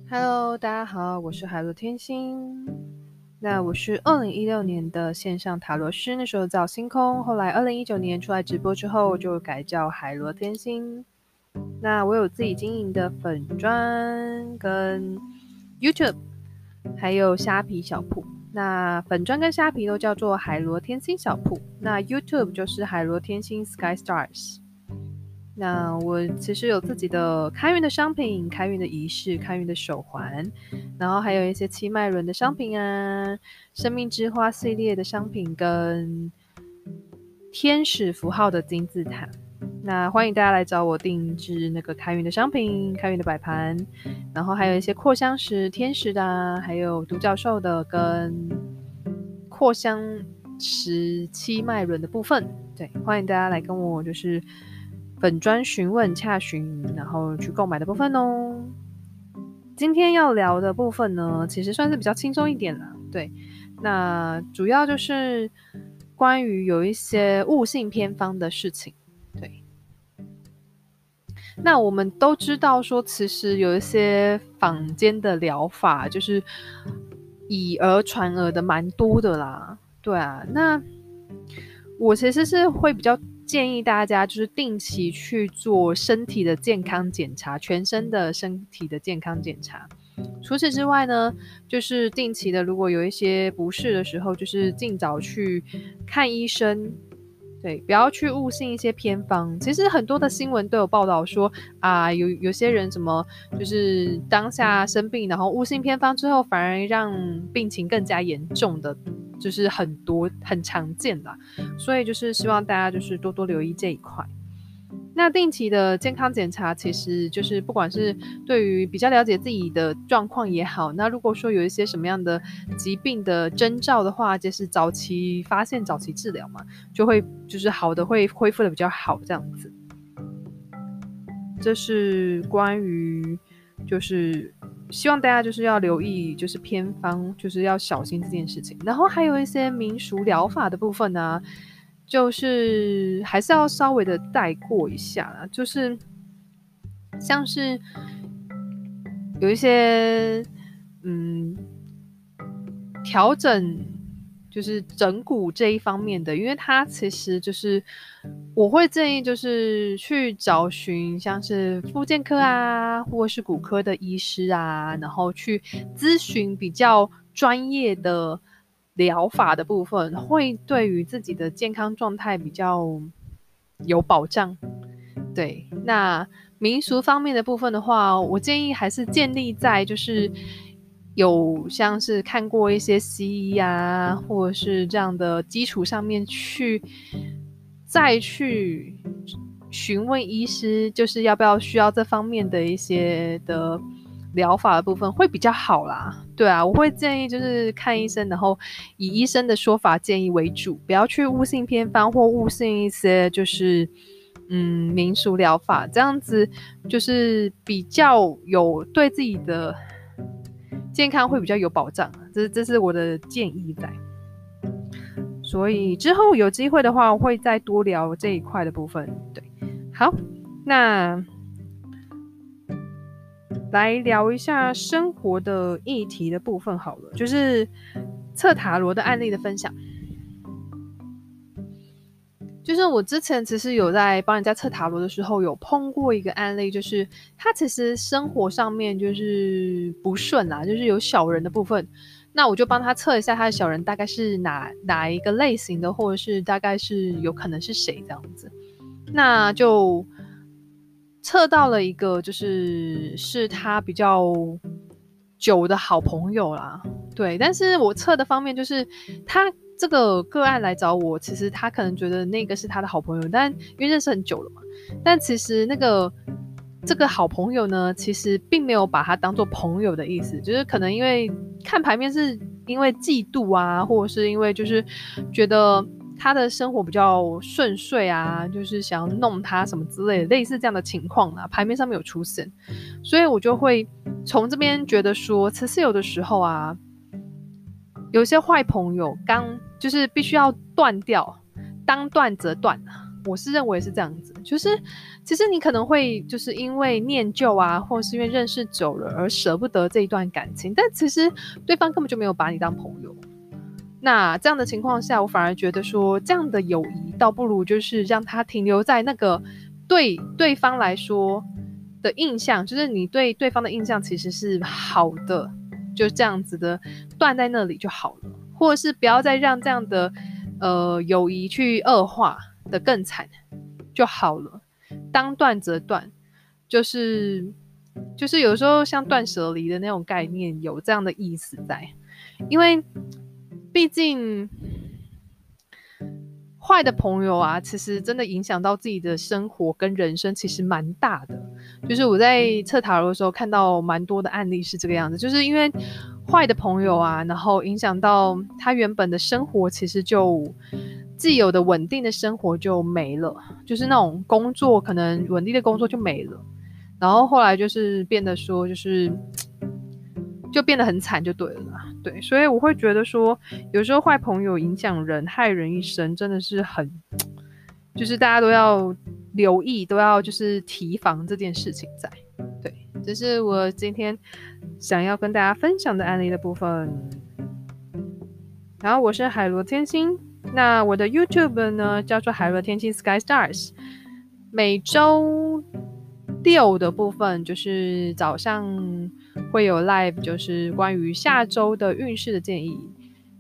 Hello，大家好，我是海螺天星。那我是2016年的线上塔罗师，那时候叫星空，后来2019年出来直播之后就改叫海螺天星。那我有自己经营的粉专跟 YouTube，还有虾皮小铺。那粉专跟虾皮都叫做海螺天星小铺，那 YouTube 就是海螺天星 Sky Stars。那我其实有自己的开运的商品、开运的仪式、开运的手环，然后还有一些七脉轮的商品啊，生命之花系列的商品跟天使符号的金字塔。那欢迎大家来找我定制那个开运的商品、开运的摆盘，然后还有一些扩香石、天使的啊，还有独角兽的跟扩香石七脉轮的部分。对，欢迎大家来跟我就是粉专询问洽询，然后去购买的部分哦。今天要聊的部分呢，其实算是比较轻松一点啦。对，那主要就是关于有一些悟性偏方的事情。对，那我们都知道说，其实有一些坊间的疗法，就是以讹传讹的蛮多的啦。对啊，那我其实是会比较建议大家，就是定期去做身体的健康检查，全身的身体的健康检查。除此之外呢，就是定期的，如果有一些不适的时候，就是尽早去看医生。对，不要去误信一些偏方。其实很多的新闻都有报道说啊，有些人什么就是当下生病，然后误信偏方之后，反而让病情更加严重的，就是很多很常见啦。所以就是希望大家就是多多留意这一块。那定期的健康检查，其实就是不管是对于比较了解自己的状况也好，那如果说有一些什么样的疾病的征兆的话，就是早期发现、早期治疗嘛，就会就是好的会恢复的比较好，这样子。这是关于就是希望大家就是要留意，就是偏方，就是要小心这件事情。然后还有一些民俗疗法的部分呢、就是还是要稍微的带过一下啦，就是像是有一些调整就是整骨这一方面的，因为它其实就是我会建议就是去找寻像是复健科啊，或是骨科的医师啊，然后去咨询比较专业的疗法的部分，会对于自己的健康状态比较有保障。对，那民俗方面的部分的话，我建议还是建立在就是有像是看过一些西医啊，或者是这样的基础上面去再去询问医师，就是要不要需要这方面的一些的疗法的部分会比较好啦。对啊，我会建议就是看医生，然后以医生的说法建议为主，不要去误信偏方或误信一些就是民俗疗法，这样子就是比较有对自己的健康会比较有保障，这是我的建议在。所以之后有机会的话，我会再多聊这一块的部分。对，好，那来聊一下生活的议题的部分好了，就是测塔罗的案例的分享。就是我之前其实有在帮人家测塔罗的时候，有碰过一个案例，就是他其实生活上面就是不顺啦，就是有小人的部分。那我就帮他测一下他的小人大概是哪一个类型的，或者是大概是有可能是谁这样子。那就测到了一个，是他比较久的好朋友啦。对，但是我测的方面就是他这个个案来找我，其实他可能觉得那个是他的好朋友，但因为认识很久了嘛，但其实这个好朋友呢，其实并没有把他当做朋友的意思，就是可能因为看牌面是因为嫉妒啊，或者是因为就是觉得他的生活比较顺遂啊，就是想要弄他什么之类的，类似这样的情况啦，牌面上面有出现，所以我就会从这边觉得说，其实有的时候啊，有些坏朋友就是必须要断掉，当断则断啊。 我是认为是这样子，就是其实你可能会就是因为念旧啊，或者是因为认识久了而舍不得这一段感情，但其实对方根本就没有把你当朋友。那这样的情况下，我反而觉得说，这样的友谊倒不如就是让它停留在那个对对方来说的印象，就是你对对方的印象其实是好的，就这样子的断在那里就好了，或者是不要再让这样的友谊去恶化的更惨就好了。当断则断，就是有时候像断舍离的那种概念有这样的意思在，因为毕竟坏的朋友啊，其实真的影响到自己的生活跟人生，其实蛮大的。就是我在测塔罗的时候看到蛮多的案例是这个样子，就是因为坏的朋友啊，然后影响到他原本的生活，其实就既有的稳定的生活就没了，就是那种工作可能稳定的工作就没了，然后后来就是变得说就变得很惨就对了啦。对，所以我会觉得说，有时候坏朋友影响人，害人一生，真的是很，就是大家都要留意，都要就是提防这件事情在。对，这是我今天想要跟大家分享的案例的部分。然后我是海螺天星，那我的 YouTube 呢叫做海螺天星 Sky Stars， 每周六的部分就是早上会有 live， 就是关于下周的运势的建议。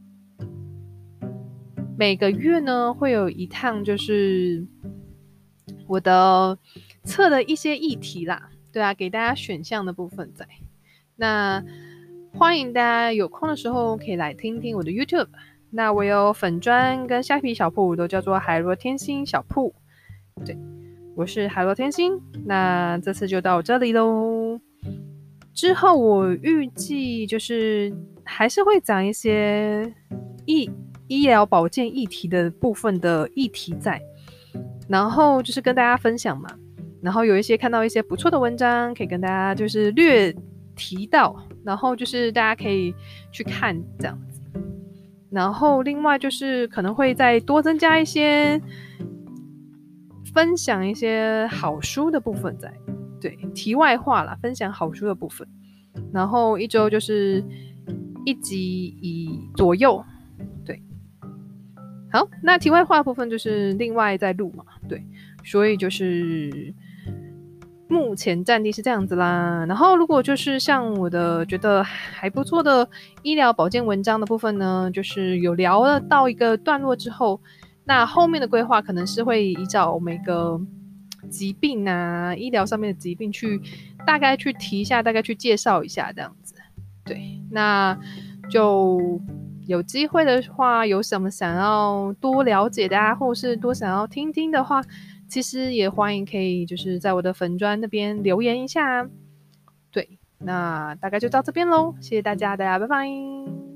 每个月呢会有一趟就是我的测的一些议题啦，对啊，给大家选项的部分在。那欢迎大家有空的时候可以来听听我的 YouTube。那我有粉专跟虾皮小铺都叫做海螺天星小铺。对，我是海螺天星，那这次就到这里咯。之后我预计就是还是会讲一些医疗保健议题的部分的议题在，然后就是跟大家分享嘛，然后有一些看到一些不错的文章可以跟大家就是略提到，然后就是大家可以去看这样子。然后另外就是可能会再多增加一些分享一些好书的部分在，对，题外话啦，分享好书的部分。然后一周就是一集以左右，对。好，那题外话的部分就是另外再录嘛，对，所以就是目前战力是这样子啦。然后如果就是像我的觉得还不错的医疗保健文章的部分呢，就是有聊了到一个段落之后，那后面的规划可能是会依照每个疾病啊，医疗上面的疾病去大概去提一下，大概去介绍一下这样子。对，那就有机会的话，有什么想要多了解的啊，或是多想要听听的话，其实也欢迎可以就是在我的粉专那边留言一下。对，那大概就到这边咯，谢谢大家，大家拜拜。